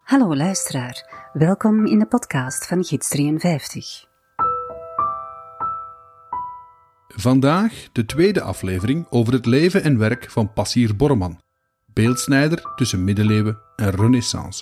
Hallo luisteraar, welkom in de podcast van Gids 53. Vandaag de tweede aflevering over het leven en werk van Passier Borreman, beeldsnijder tussen middeleeuwen en renaissance.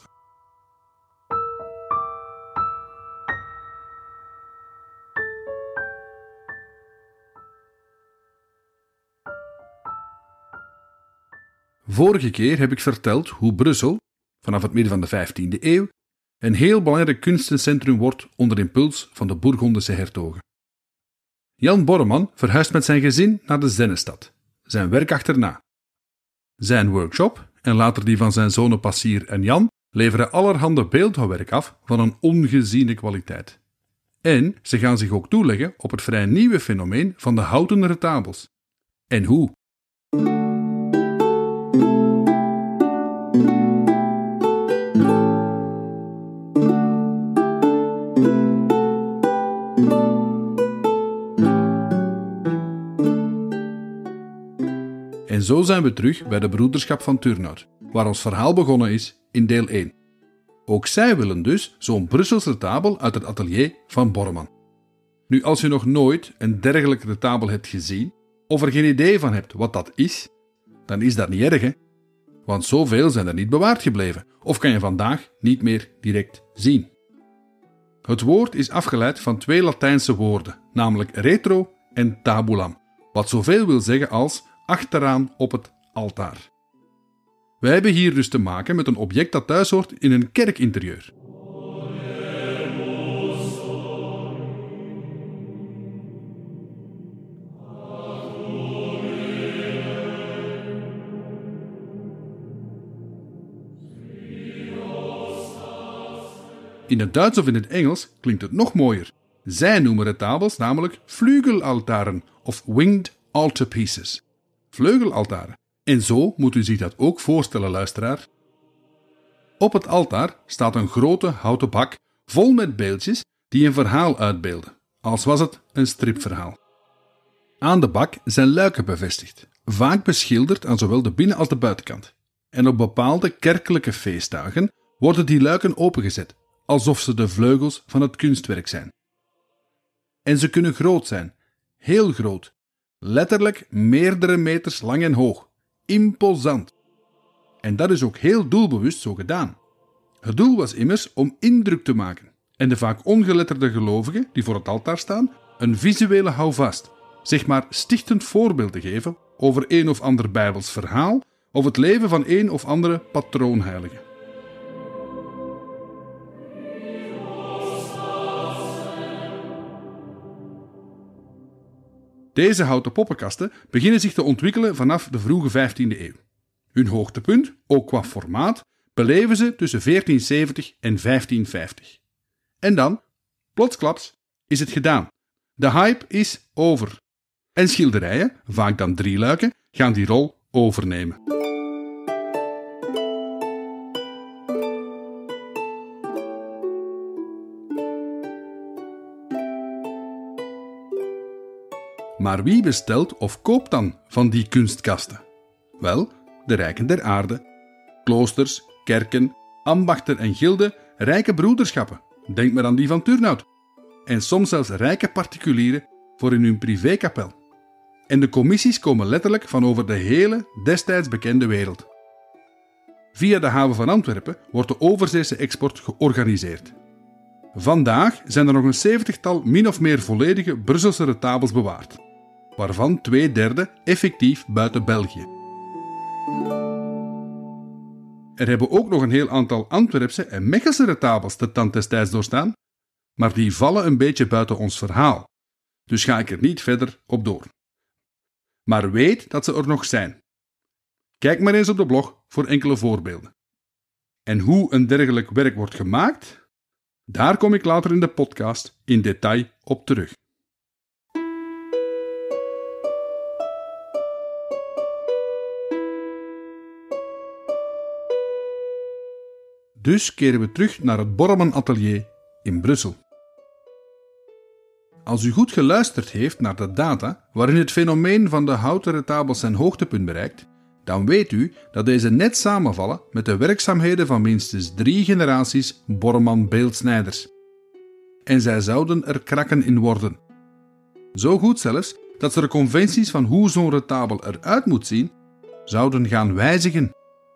Vorige keer heb ik verteld hoe Brussel, vanaf het midden van de 15e eeuw, een heel belangrijk kunstencentrum wordt onder impuls van de Bourgondische hertogen. Jan Borreman verhuist met zijn gezin naar de Zennestad, zijn werk achterna. Zijn workshop, en later die van zijn zonen Passier en Jan, leveren allerhande beeldhouwwerk af van een ongeziene kwaliteit. En ze gaan zich ook toeleggen op het vrij nieuwe fenomeen van de houten retabels. En hoe? En zo zijn we terug bij de broederschap van Turnhout, waar ons verhaal begonnen is in deel 1. Ook zij willen dus zo'n Brussels retabel uit het atelier van Borreman. Nu, als je nog nooit een dergelijk retabel hebt gezien, of er geen idee van hebt wat dat is, dan is dat niet erg, hè? Want zoveel zijn er niet bewaard gebleven, of kan je vandaag niet meer direct zien. Het woord is afgeleid van twee Latijnse woorden, namelijk retro en tabulam, wat zoveel wil zeggen als achteraan op het altaar. Wij hebben hier dus te maken met een object dat thuis hoort in een kerkinterieur. In het Duits of in het Engels klinkt het nog mooier. Zij noemen retabels namelijk vleugelaltaren of winged altarpieces. Vleugelaltaren. En zo moet u zich dat ook voorstellen, luisteraar. Op het altaar staat een grote houten bak vol met beeldjes die een verhaal uitbeelden, als was het een stripverhaal. Aan de bak zijn luiken bevestigd, vaak beschilderd aan zowel de binnen- als de buitenkant. En op bepaalde kerkelijke feestdagen worden die luiken opengezet, alsof ze de vleugels van het kunstwerk zijn. En ze kunnen groot zijn, heel groot. Letterlijk meerdere meters lang en hoog. Imposant. En dat is ook heel doelbewust zo gedaan. Het doel was immers om indruk te maken en de vaak ongeletterde gelovigen die voor het altaar staan een visuele houvast, zeg maar stichtend voorbeeld te geven over een of ander Bijbels verhaal of het leven van een of andere patroonheilige. Deze houten poppenkasten beginnen zich te ontwikkelen vanaf de vroege 15e eeuw. Hun hoogtepunt, ook qua formaat, beleven ze tussen 1470 en 1550. En dan, plotsklaps, is het gedaan. De hype is over. En schilderijen, vaak dan 3 luiken, gaan die rol overnemen. Maar wie bestelt of koopt dan van die kunstkasten? Wel, de rijken der aarde. Kloosters, kerken, ambachten en gilden, rijke broederschappen. Denk maar aan die van Turnhout. En soms zelfs rijke particulieren voor in hun privékapel. En de commissies komen letterlijk van over de hele destijds bekende wereld. Via de haven van Antwerpen wordt de overzeese export georganiseerd. Vandaag zijn er nog een 70-tal min of meer volledige Brusselse retabels bewaard, waarvan 2/3 effectief buiten België. Er hebben ook nog een heel aantal Antwerpse en Mechelse retabels de tand des tijds doorstaan, maar die vallen een beetje buiten ons verhaal, dus ga ik er niet verder op door. Maar weet dat ze er nog zijn. Kijk maar eens op de blog voor enkele voorbeelden. En hoe een dergelijk werk wordt gemaakt? Daar kom ik later in de podcast in detail op terug. Dus keren we terug naar het Borreman Atelier in Brussel. Als u goed geluisterd heeft naar de data waarin het fenomeen van de houten retabels zijn hoogtepunt bereikt, dan weet u dat deze net samenvallen met de werkzaamheden van minstens 3 generaties Borreman-beeldsnijders. En zij zouden er krakken in worden. Zo goed zelfs dat ze de conventies van hoe zo'n retabel eruit moet zien, zouden gaan wijzigen.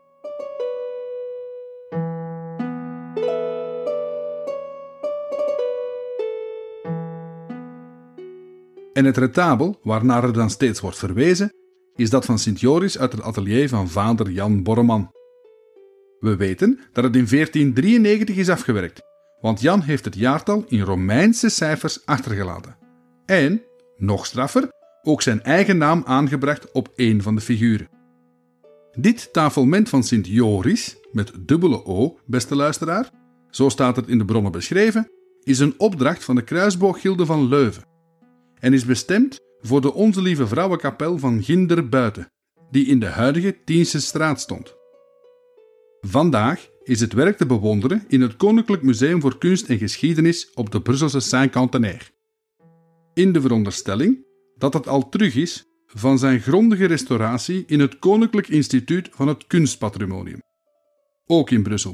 En het retabel, waarnaar er dan steeds wordt verwezen, is dat van Sint Joris uit het atelier van vader Jan Borreman. We weten dat het in 1493 is afgewerkt, want Jan heeft het jaartal in Romeinse cijfers achtergelaten. En, nog straffer, ook zijn eigen naam aangebracht op één van de figuren. Dit tafelment van Sint Joris, met dubbele O, beste luisteraar, zo staat het in de bronnen beschreven, is een opdracht van de Kruisbooggilde van Leuven en is bestemd voor de Onze Lieve Vrouwenkapel van Ginder Buiten, die in de huidige Tiense straat stond. Vandaag is het werk te bewonderen in het Koninklijk Museum voor Kunst en Geschiedenis op de Brusselse Saint-Cantenaire. In de veronderstelling dat het al terug is van zijn grondige restauratie in het Koninklijk Instituut van het Kunstpatrimonium. Ook in Brussel.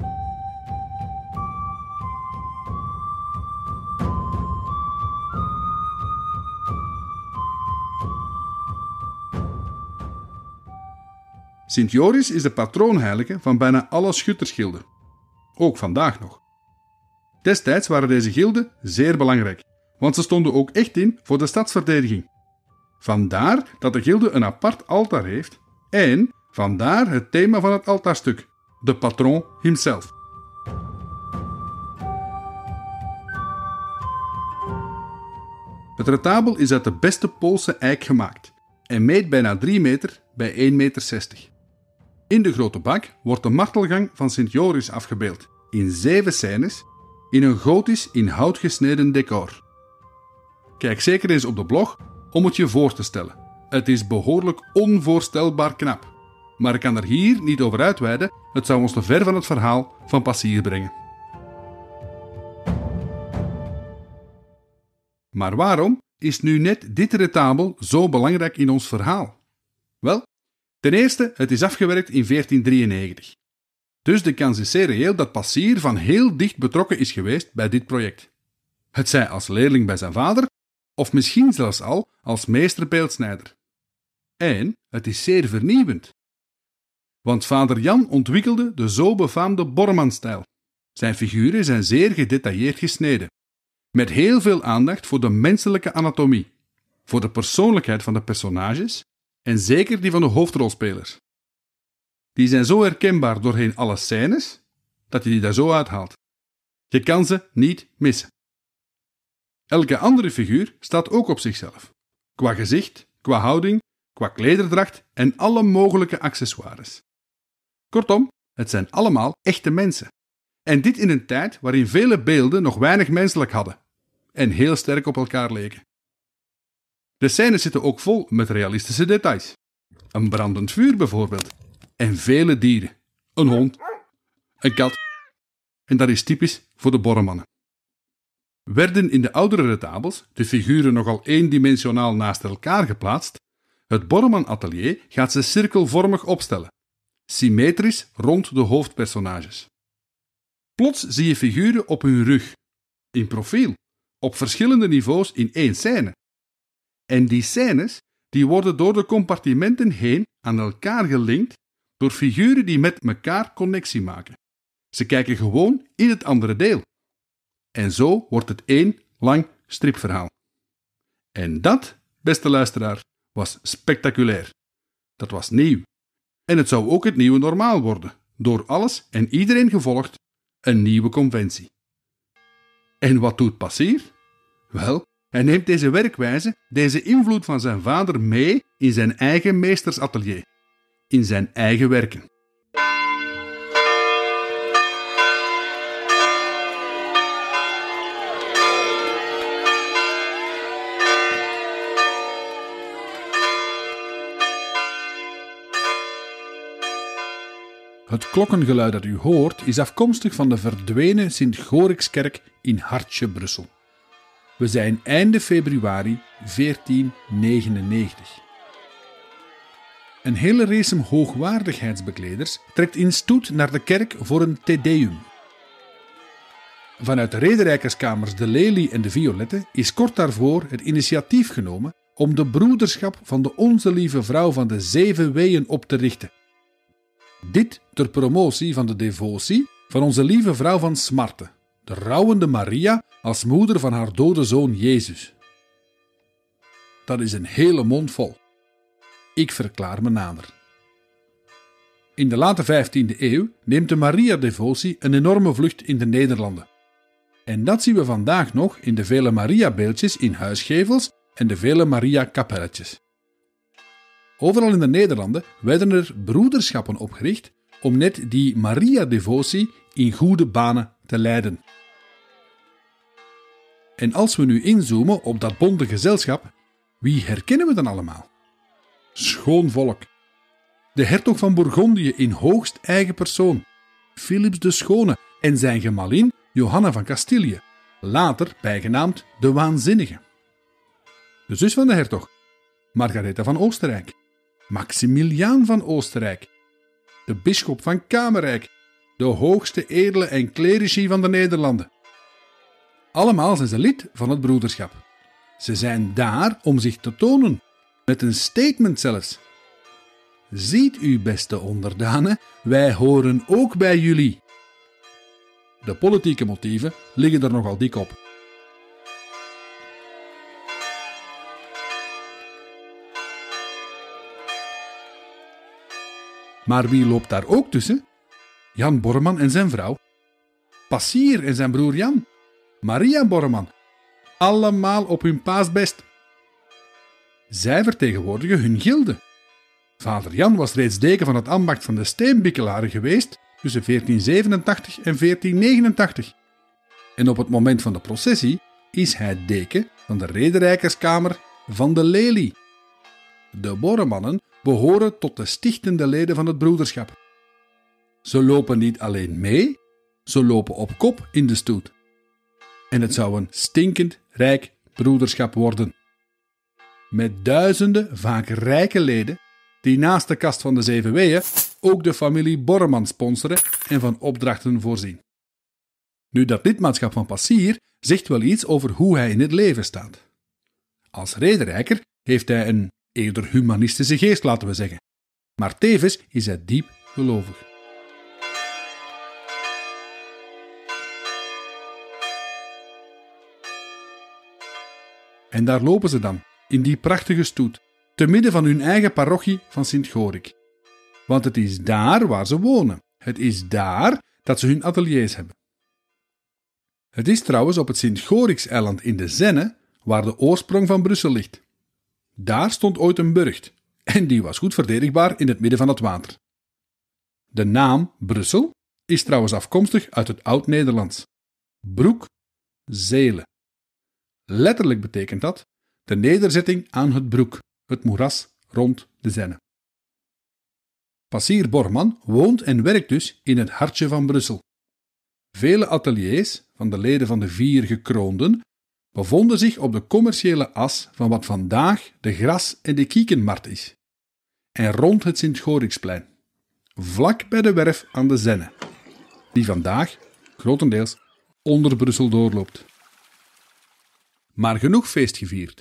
Sint Joris is de patroonheilige van bijna alle schuttersgilden. Ook vandaag nog. Destijds waren deze gilden zeer belangrijk, want ze stonden ook echt in voor de stadsverdediging. Vandaar dat de gilde een apart altaar heeft en vandaar het thema van het altaarstuk, de patron himself. Het retabel is uit de beste Poolse eik gemaakt en meet bijna 3 meter bij 1,60 meter. In de grote bak wordt de martelgang van Sint Joris afgebeeld, in 7 scènes, in een gotisch in hout gesneden decor. Kijk zeker eens op de blog om het je voor te stellen. Het is behoorlijk onvoorstelbaar knap. Maar ik kan er hier niet over uitweiden, het zou ons te ver van het verhaal van Passier brengen. Maar waarom is nu net dit retabel zo belangrijk in ons verhaal? Wel, ten eerste, het is afgewerkt in 1493. Dus de kans is zeer reëel dat Passier van heel dicht betrokken is geweest bij dit project. Het zij als leerling bij zijn vader, of misschien zelfs al als meesterbeeldsnijder. En het is zeer vernieuwend. Want vader Jan ontwikkelde de zo befaamde Borreman-stijl. Zijn figuren zijn zeer gedetailleerd gesneden, met heel veel aandacht voor de menselijke anatomie, voor de persoonlijkheid van de personages en zeker die van de hoofdrolspelers. Die zijn zo herkenbaar doorheen alle scènes, dat je die daar zo uithaalt. Je kan ze niet missen. Elke andere figuur staat ook op zichzelf. Qua gezicht, qua houding, qua klederdracht en alle mogelijke accessoires. Kortom, het zijn allemaal echte mensen. En dit in een tijd waarin vele beelden nog weinig menselijk hadden en heel sterk op elkaar leken. De scènes zitten ook vol met realistische details. Een brandend vuur bijvoorbeeld. En vele dieren. Een hond, een kat. En dat is typisch voor de Borremannen. Werden in de oudere retabels de figuren nogal eendimensionaal naast elkaar geplaatst, het Borreman-atelier gaat ze cirkelvormig opstellen, symmetrisch rond de hoofdpersonages. Plots zie je figuren op hun rug, in profiel, op verschillende niveaus in één scène. En die scènes die worden door de compartimenten heen aan elkaar gelinkt door figuren die met elkaar connectie maken. Ze kijken gewoon in het andere deel. En zo wordt het één lang stripverhaal. En dat, beste luisteraar, was spectaculair. Dat was nieuw. En het zou ook het nieuwe normaal worden, door alles en iedereen gevolgd, een nieuwe conventie. En wat doet Passier? Wel, hij neemt deze werkwijze, deze invloed van zijn vader mee in zijn eigen meestersatelier, in zijn eigen werken. Het klokkengeluid dat u hoort is afkomstig van de verdwenen Sint-Gorikskerk in Hartje, Brussel. We zijn einde februari 1499. Een hele race hoogwaardigheidsbekleders trekt in stoet naar de kerk voor een Te Deum. Vanuit de rederijkerskamers De Lelie en De Violette is kort daarvoor het initiatief genomen om de broederschap van de Onze Lieve Vrouw van de Zeven Weeën op te richten. Dit ter promotie van de devotie van Onze Lieve Vrouw van Smarte, de rouwende Maria als moeder van haar dode zoon Jezus. Dat is een hele mond vol. Ik verklaar me nader. In de late 15e eeuw neemt de Maria-devotie een enorme vlucht in de Nederlanden. En dat zien we vandaag nog in de vele Maria-beeldjes in huisgevels en de vele Maria-kapelletjes. Overal in de Nederlanden werden er broederschappen opgericht om net die Maria-devotie in goede banen te leiden. En als we nu inzoomen op dat bonte gezelschap, wie herkennen we dan allemaal? Schoon volk. De hertog van Bourgondië in hoogst eigen persoon, Philips de Schone en zijn gemalin Johanna van Castilië, later bijgenaamd de Waanzinnige. De zus van de hertog, Margaretha van Oostenrijk, Maximiliaan van Oostenrijk, de bisschop van Kamerijk, de hoogste edele en clerici van de Nederlanden. Allemaal zijn ze lid van het broederschap. Ze zijn daar om zich te tonen, met een statement zelfs. Ziet u, beste onderdanen, wij horen ook bij jullie. De politieke motieven liggen er nogal dik op. Maar wie loopt daar ook tussen? Jan Borreman en zijn vrouw, Passier en zijn broer Jan, Maria Borreman, allemaal op hun paasbest. Zij vertegenwoordigen hun gilde. Vader Jan was reeds deken van het ambacht van de steenbikkelaren geweest tussen 1487 en 1489. En op het moment van de processie is hij deken van de rederijkerskamer van De Lelie. De Borremannen behoren tot de stichtende leden van het broederschap. Ze lopen niet alleen mee, ze lopen op kop in de stoet. En het zou een stinkend rijk broederschap worden. Met duizenden, vaak rijke leden, die naast de kast van de Zeven Weeën ook de familie Borreman sponsoren en van opdrachten voorzien. Nu, dat lidmaatschap van Passier zegt wel iets over hoe hij in het leven staat. Als rederijker heeft hij een eerder humanistische geest, laten we zeggen. Maar tevens is hij diep gelovig. En daar lopen ze dan, in die prachtige stoet, te midden van hun eigen parochie van Sint-Gorik. Want het is daar waar ze wonen. Het is daar dat ze hun ateliers hebben. Het is trouwens op het Sint-Gorikseiland in de Zenne waar de oorsprong van Brussel ligt. Daar stond ooit een burcht en die was goed verdedigbaar in het midden van het water. De naam Brussel is trouwens afkomstig uit het Oud-Nederlands. Broek, zelen. Letterlijk betekent dat de nederzetting aan het broek, het moeras rond de Zenne. Passier Borman woont en werkt dus in het hartje van Brussel. Vele ateliers van de leden van de 4 gekroonden bevonden zich op de commerciële as van wat vandaag de gras- en de kiekenmarkt is. En rond het Sint-Goriksplein, vlak bij de werf aan de Zenne, die vandaag grotendeels onder Brussel doorloopt. Maar genoeg feest gevierd.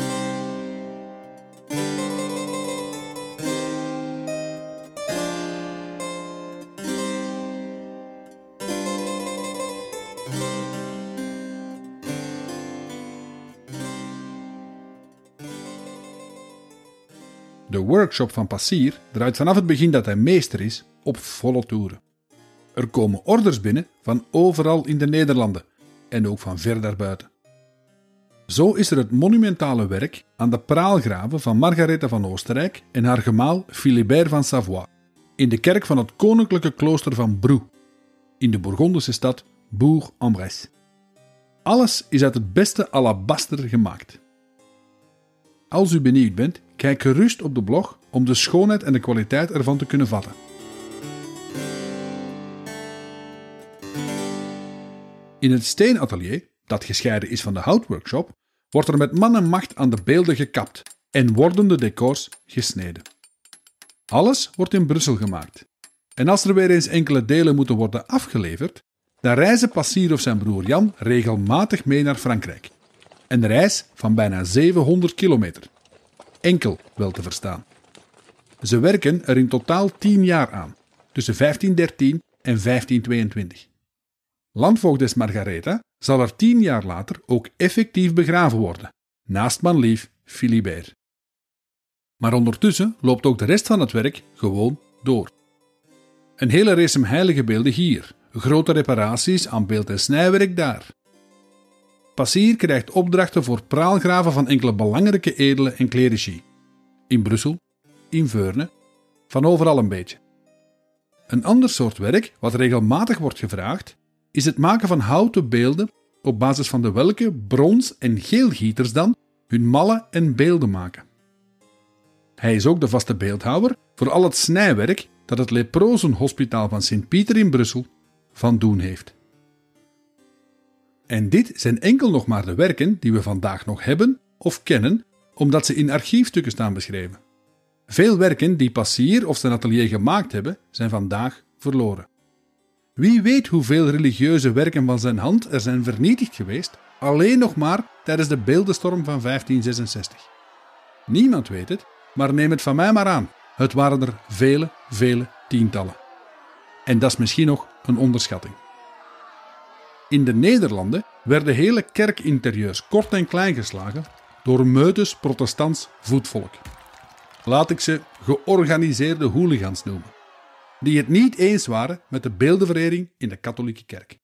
De workshop van Passier draait vanaf het begin dat hij meester is op volle toeren. Er komen orders binnen van overal in de Nederlanden en ook van ver daarbuiten. Zo is er het monumentale werk aan de praalgraven van Margaretha van Oostenrijk en haar gemaal Philibert van Savoie in de kerk van het koninklijke klooster van Brou, in de Bourgondische stad Bourg-en-Bresse. Alles is uit het beste alabaster gemaakt. Als u benieuwd bent, kijk gerust op de blog om de schoonheid en de kwaliteit ervan te kunnen vatten. In het steenatelier, dat gescheiden is van de houtworkshop, wordt er met man en macht aan de beelden gekapt en worden de decors gesneden. Alles wordt in Brussel gemaakt. En als er weer eens enkele delen moeten worden afgeleverd, dan reizen Passier of zijn broer Jan regelmatig mee naar Frankrijk. Een reis van bijna 700 kilometer. Enkel wel te verstaan. Ze werken er in totaal 10 jaar aan, tussen 1513 en 1522. Landvoogdes Margaretha zal er 10 jaar later ook effectief begraven worden, naast manlief Philibert. Maar ondertussen loopt ook de rest van het werk gewoon door. Een hele race heilige beelden hier, grote reparaties aan beeld- en snijwerk daar. Passier krijgt opdrachten voor praalgraven van enkele belangrijke edelen en clerici. In Brussel, in Veurne, van overal een beetje. Een ander soort werk, wat regelmatig wordt gevraagd, is het maken van houten beelden op basis van de welke brons- en geelgieters dan hun mallen en beelden maken. Hij is ook de vaste beeldhouwer voor al het snijwerk dat het leprozenhospitaal van Sint-Pieter in Brussel van doen heeft. En dit zijn enkel nog maar de werken die we vandaag nog hebben of kennen, omdat ze in archiefstukken staan beschreven. Veel werken die Passier of zijn atelier gemaakt hebben, zijn vandaag verloren. Wie weet hoeveel religieuze werken van zijn hand er zijn vernietigd geweest, alleen nog maar tijdens de beeldenstorm van 1566. Niemand weet het, maar neem het van mij maar aan. Het waren er vele tientallen. En dat is misschien nog een onderschatting. In de Nederlanden werden hele kerkinterieurs kort en klein geslagen door meutes protestants voetvolk. Laat ik ze georganiseerde hooligans noemen, die het niet eens waren met de beeldenverering in de katholieke kerk.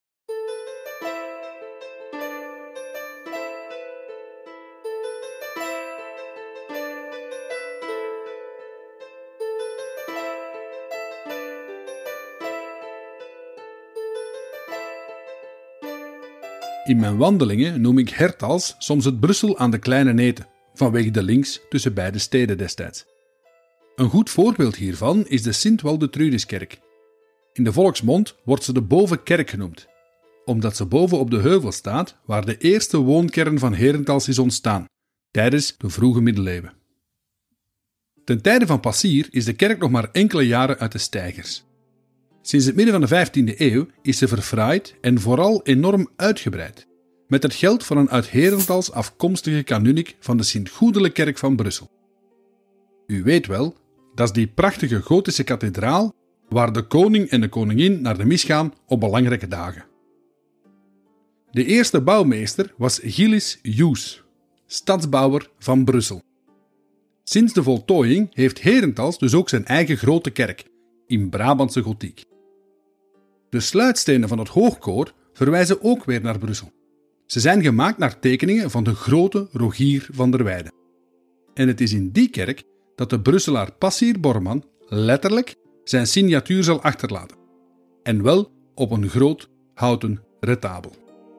In mijn wandelingen noem ik Hertals soms het Brussel aan de kleine neten, vanwege de links tussen beide steden destijds. Een goed voorbeeld hiervan is de Sint-Waldetrudiskerk. In de volksmond wordt ze de Bovenkerk genoemd, omdat ze boven op de heuvel staat waar de eerste woonkern van Herentals is ontstaan, tijdens de vroege middeleeuwen. Ten tijde van Passier is de kerk nog maar enkele jaren uit de steigers. Sinds het midden van de 15e eeuw is ze verfraaid en vooral enorm uitgebreid, met het geld van een uit Herentals afkomstige kanunnik van de Sint-Goedele-kerk van Brussel. U weet wel, dat is die prachtige gotische kathedraal waar de koning en de koningin naar de mis gaan op belangrijke dagen. De eerste bouwmeester was Gillis Joos, stadsbouwer van Brussel. Sinds de voltooiing heeft Herentals dus ook zijn eigen grote kerk, in Brabantse gotiek. De sluitstenen van het hoogkoor verwijzen ook weer naar Brussel. Ze zijn gemaakt naar tekeningen van de grote Rogier van der Weyden. En het is in die kerk dat de Brusselaar Passier Borman letterlijk zijn signatuur zal achterlaten. En wel op een groot houten retabel.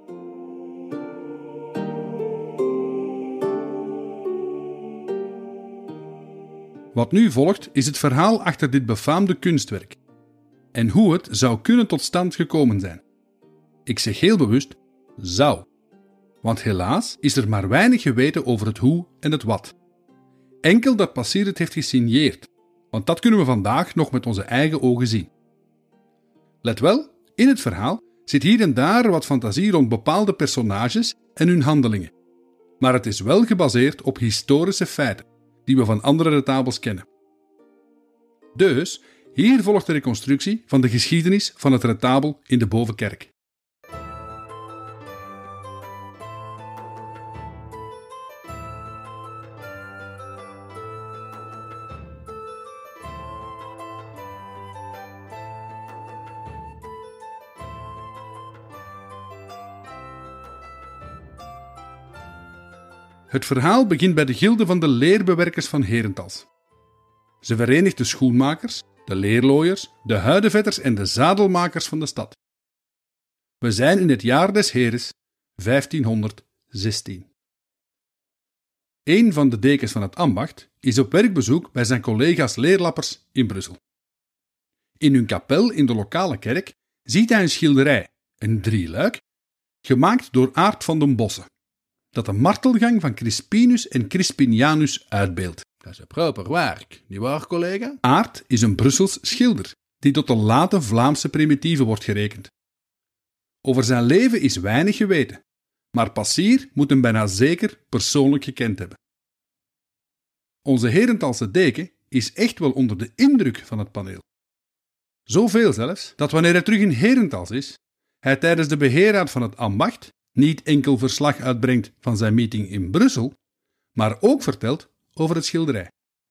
Wat nu volgt is het verhaal achter dit befaamde kunstwerk en hoe het zou kunnen tot stand gekomen zijn. Ik zeg heel bewust zou, want helaas is er maar weinig geweten over het hoe en het wat. Enkel dat Passier het heeft gesigneerd, want dat kunnen we vandaag nog met onze eigen ogen zien. Let wel, in het verhaal zit hier en daar wat fantasie rond bepaalde personages en hun handelingen. Maar het is wel gebaseerd op historische feiten, die we van andere retabels kennen. Dus, hier volgt de reconstructie van de geschiedenis van het retabel in de Bovenkerk. Het verhaal begint bij de gilde van de leerbewerkers van Herentals. Ze verenigt de schoenmakers, de leerlooiers, de huidenvetters en de zadelmakers van de stad. We zijn in het jaar des Heres 1516. Een van de dekens van het ambacht is op werkbezoek bij zijn collega's leerlappers in Brussel. In hun kapel in de lokale kerk ziet hij een schilderij, een drieluik, gemaakt door Aart van den Bossen, dat de martelgang van Crispinus en Crispinianus uitbeeldt. Dat is een proper werk, nietwaar, collega? Aert is een Brussels schilder, die tot de late Vlaamse primitieve wordt gerekend. Over zijn leven is weinig geweten, maar Passier moet hem bijna zeker persoonlijk gekend hebben. Onze Herentalse deken is echt wel onder de indruk van het paneel. Zoveel zelfs, dat wanneer hij terug in Herentals is, hij tijdens de beheerraad van het ambacht niet enkel verslag uitbrengt van zijn meeting in Brussel, maar ook vertelt over het schilderij.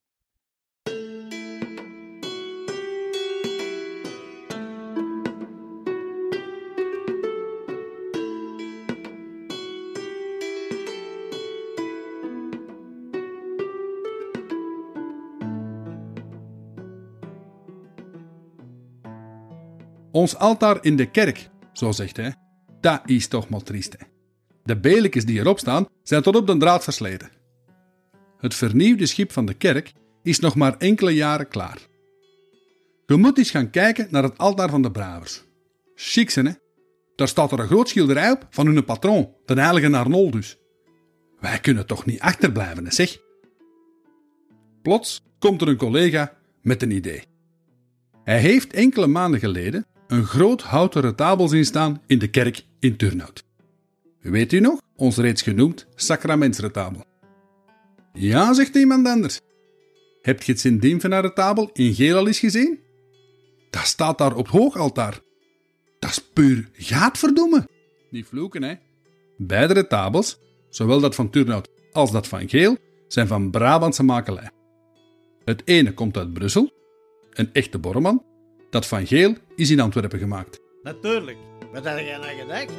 Ons altaar in de kerk, zo zegt hij, dat is toch maar triest. Hè? De beeldjes die erop staan, zijn tot op de draad versleten. Het vernieuwde schip van de kerk is nog maar enkele jaren klaar. Je moet eens gaan kijken naar het altaar van de Bravers. Chic, hè? Daar staat er een groot schilderij op van hun patroon, de heilige Arnoldus. Wij kunnen toch niet achterblijven, hè, zeg? Plots komt er een collega met een idee. Hij heeft enkele maanden geleden een groot houten retabel zien staan in de kerk in Turnhout. Weet u nog? Ons reeds genoemd sacramentsretabel. Ja, zegt iemand anders. Heb je het Sint-Dimfenaar-retabel in geel al eens gezien? Dat staat daar op het hoogaltaar. Dat is puur gaatverdomme. Niet vloeken, hè? Beide retabels, zowel dat van Turnhout als dat van Geel, zijn van Brabantse makelij. Het ene komt uit Brussel, een echte Borreman. Dat van Geel is in Antwerpen gemaakt. Natuurlijk. Wat had jij nou gedacht?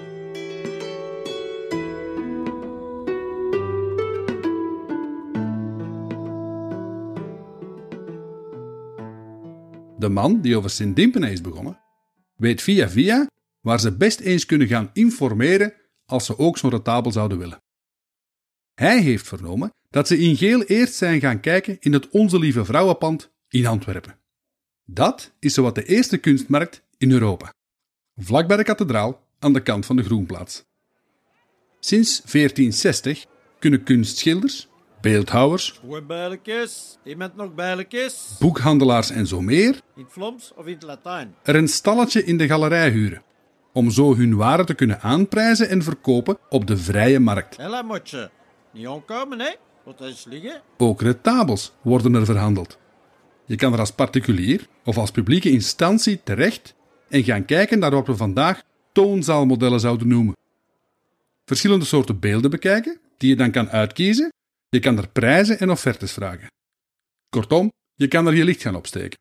De man die over Sint-Dimpenaar is begonnen, weet via via waar ze best eens kunnen gaan informeren als ze ook zo'n retabel zouden willen. Hij heeft vernomen dat ze in Geel eerst zijn gaan kijken in het Onze Lieve Vrouwenpand in Antwerpen. Dat is zowat de eerste kunstmarkt in Europa. Vlak bij de kathedraal aan de kant van de Groenplaats. Sinds 1460 kunnen kunstschilders, beeldhouwers, Gewoon bijletjes. Iemand nog bijletjes? boekhandelaars en zo meer In het Vlaams of in het Latijn? er een stalletje in de galerij huren, om zo hun waren te kunnen aanprijzen en verkopen op de vrije markt. Hé, lamotje. Niet aankomen, hè? Wat is liggen? Ook retabels worden er verhandeld. Je kan er als particulier of als publieke instantie terecht en gaan kijken naar wat we vandaag toonzaalmodellen zouden noemen. Verschillende soorten beelden bekijken, die je dan kan uitkiezen. Je kan er prijzen en offertes vragen. Kortom, je kan er je licht gaan opsteken.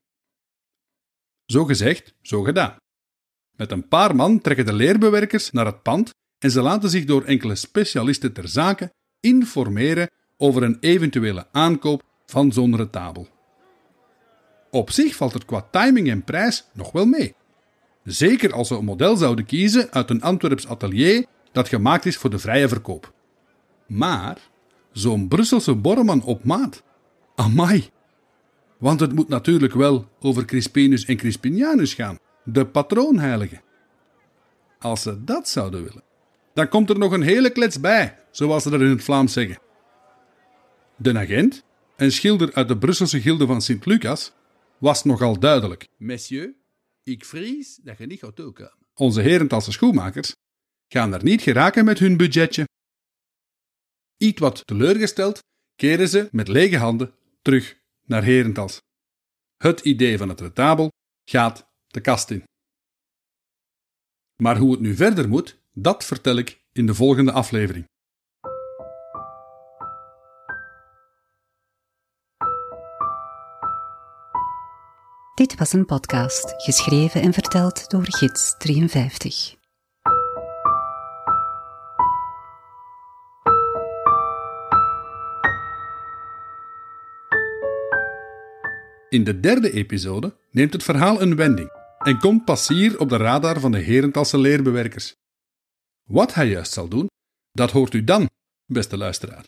Zo gezegd, zo gedaan. Met een paar man trekken de leerbewerkers naar het pand en ze laten zich door enkele specialisten ter zake informeren over een eventuele aankoop van zo'n retabel. Op zich valt het qua timing en prijs nog wel mee. Zeker als ze een model zouden kiezen uit een Antwerps atelier dat gemaakt is voor de vrije verkoop. Maar zo'n Brusselse Borreman op maat, amai. Want het moet natuurlijk wel over Crispinus en Crispinianus gaan, de patroonheiligen. Als ze dat zouden willen, dan komt er nog een hele klets bij, zoals ze dat in het Vlaams zeggen. De agent, een schilder uit de Brusselse gilde van Sint-Lucas, was nogal duidelijk. Messieurs, ik vrees dat je niet gaat toekomen. Onze Herentalse schoenmakers gaan er niet geraken met hun budgetje. Iets wat teleurgesteld keren ze met lege handen terug naar Herentals. Het idee van het retabel gaat de kast in. Maar hoe het nu verder moet, dat vertel ik in de volgende aflevering. Dit was een podcast, geschreven en verteld door Gids 53. In de derde episode neemt het verhaal een wending en komt Passier op de radar van de Herentalse leerbewerkers. Wat hij juist zal doen, dat hoort u dan, beste luisteraar.